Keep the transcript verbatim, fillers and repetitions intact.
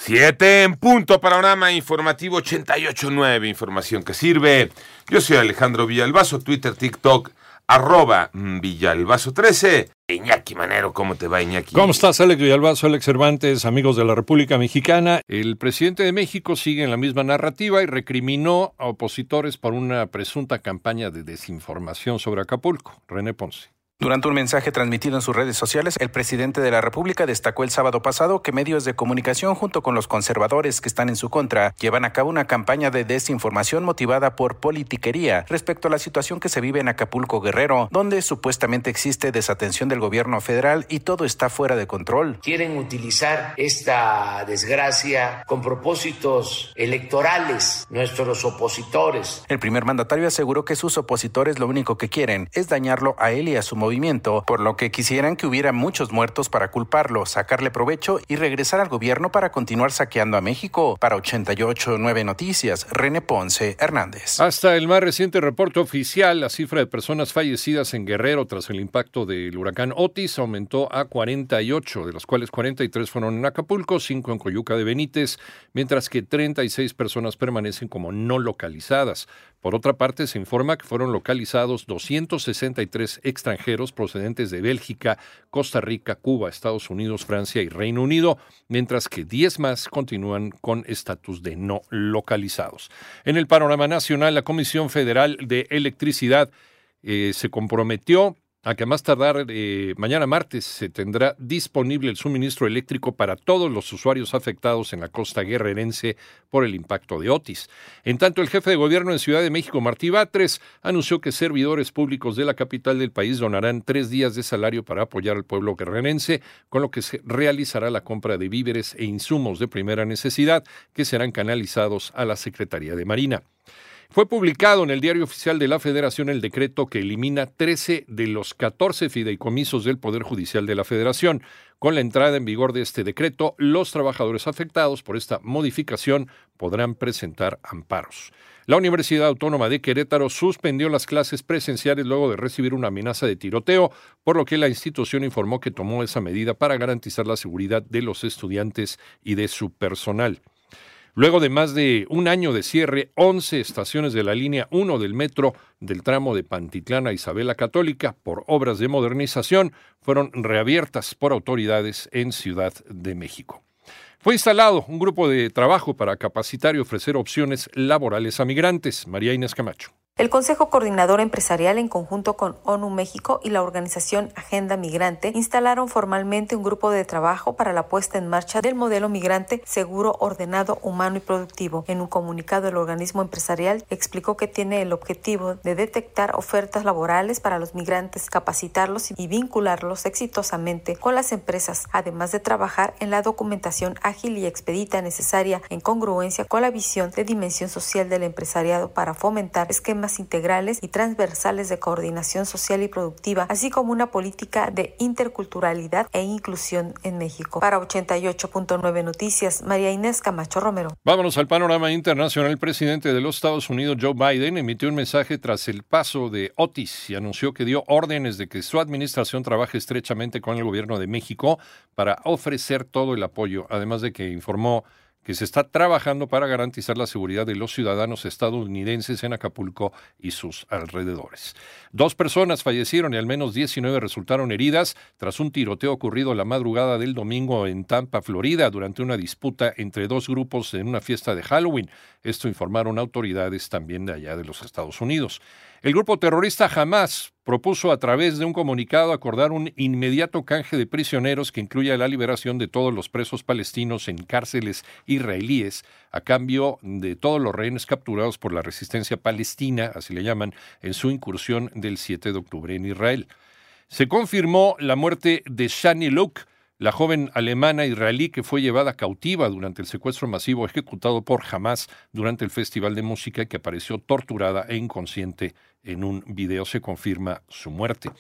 Siete en punto, panorama informativo ochenta y ocho punto nueve, información que sirve. Yo soy Alejandro Villalbazo, Twitter, TikTok, arroba Villalbazo trece. Iñaki Manero, ¿cómo te va, Iñaki? ¿Cómo estás, Alex Villalbazo, Alex Cervantes, amigos de la República Mexicana? El presidente de México sigue en la misma narrativa y recriminó a opositores por una presunta campaña de desinformación sobre Acapulco. René Ponce. Durante un mensaje transmitido en sus redes sociales, el presidente de la República destacó el sábado pasado que medios de comunicación, junto con los conservadores que están en su contra, llevan a cabo una campaña de desinformación motivada por politiquería respecto a la situación que se vive en Acapulco, Guerrero, donde supuestamente existe desatención del gobierno federal y todo está fuera de control. Quieren utilizar esta desgracia con propósitos electorales, nuestros opositores. El primer mandatario aseguró que sus opositores lo único que quieren es dañarlo a él y a su movimiento, por lo que quisieran que hubiera muchos muertos para culparlo, sacarle provecho y regresar al gobierno para continuar saqueando a México. Para ochenta y ocho punto nueve Noticias, René Ponce Hernández. Hasta el más reciente reporte oficial, la cifra de personas fallecidas en Guerrero tras el impacto del huracán Otis aumentó a cuarenta y ocho, de las cuales cuarenta y tres fueron en Acapulco, cinco en Coyuca de Benítez, mientras que treinta y seis personas permanecen como no localizadas. Por otra parte, se informa que fueron localizados doscientos sesenta y tres extranjeros procedentes de Bélgica, Costa Rica, Cuba, Estados Unidos, Francia y Reino Unido, mientras que diez más continúan con estatus de no localizados. En el panorama nacional, la Comisión Federal de Electricidad eh, se comprometió a que a más tardar eh, mañana martes se tendrá disponible el suministro eléctrico para todos los usuarios afectados en la costa guerrerense por el impacto de Otis. En tanto, el jefe de gobierno en Ciudad de México, Martí Batres, anunció que servidores públicos de la capital del país donarán tres días de salario para apoyar al pueblo guerrerense, con lo que se realizará la compra de víveres e insumos de primera necesidad que serán canalizados a la Secretaría de Marina. Fue publicado en el Diario Oficial de la Federación el decreto que elimina trece de los catorce fideicomisos del Poder Judicial de la Federación. Con la entrada en vigor de este decreto, los trabajadores afectados por esta modificación podrán presentar amparos. La Universidad Autónoma de Querétaro suspendió las clases presenciales luego de recibir una amenaza de tiroteo, por lo que la institución informó que tomó esa medida para garantizar la seguridad de los estudiantes y de su personal. Luego de más de un año de cierre, once estaciones de la línea uno del metro del tramo de Pantitlán a Isabel la Católica por obras de modernización fueron reabiertas por autoridades en Ciudad de México. Fue instalado un grupo de trabajo para capacitar y ofrecer opciones laborales a migrantes. María Inés Camacho. El Consejo Coordinador Empresarial, en conjunto con ONU México y la organización Agenda Migrante, instalaron formalmente un grupo de trabajo para la puesta en marcha del modelo migrante seguro, ordenado, humano y productivo. En un comunicado, el organismo empresarial explicó que tiene el objetivo de detectar ofertas laborales para los migrantes, capacitarlos y vincularlos exitosamente con las empresas, además de trabajar en la documentación ágil y expedita necesaria en congruencia con la visión de dimensión social del empresariado para fomentar esquemas integrales y transversales de coordinación social y productiva, así como una política de interculturalidad e inclusión en México. Para ochenta y ocho punto nueve Noticias, María Inés Camacho Romero. Vámonos al panorama internacional. El presidente de los Estados Unidos, Joe Biden, emitió un mensaje tras el paso de Otis y anunció que dio órdenes de que su administración trabaje estrechamente con el gobierno de México para ofrecer todo el apoyo, además de que informó que se está trabajando para garantizar la seguridad de los ciudadanos estadounidenses en Acapulco y sus alrededores. Dos personas fallecieron y al menos diecinueve resultaron heridas tras un tiroteo ocurrido la madrugada del domingo en Tampa, Florida, durante una disputa entre dos grupos en una fiesta de Halloween. Esto informaron autoridades también de allá de los Estados Unidos. El grupo terrorista Hamás propuso a través de un comunicado acordar un inmediato canje de prisioneros que incluya la liberación de todos los presos palestinos en cárceles israelíes a cambio de todos los rehenes capturados por la resistencia palestina, así le llaman, en su incursión del siete de octubre en Israel. Se confirmó la muerte de Shani Luke, la joven alemana israelí que fue llevada cautiva durante el secuestro masivo ejecutado por Hamás durante el Festival de Música y que apareció torturada e inconsciente en un video. Se confirma su muerte.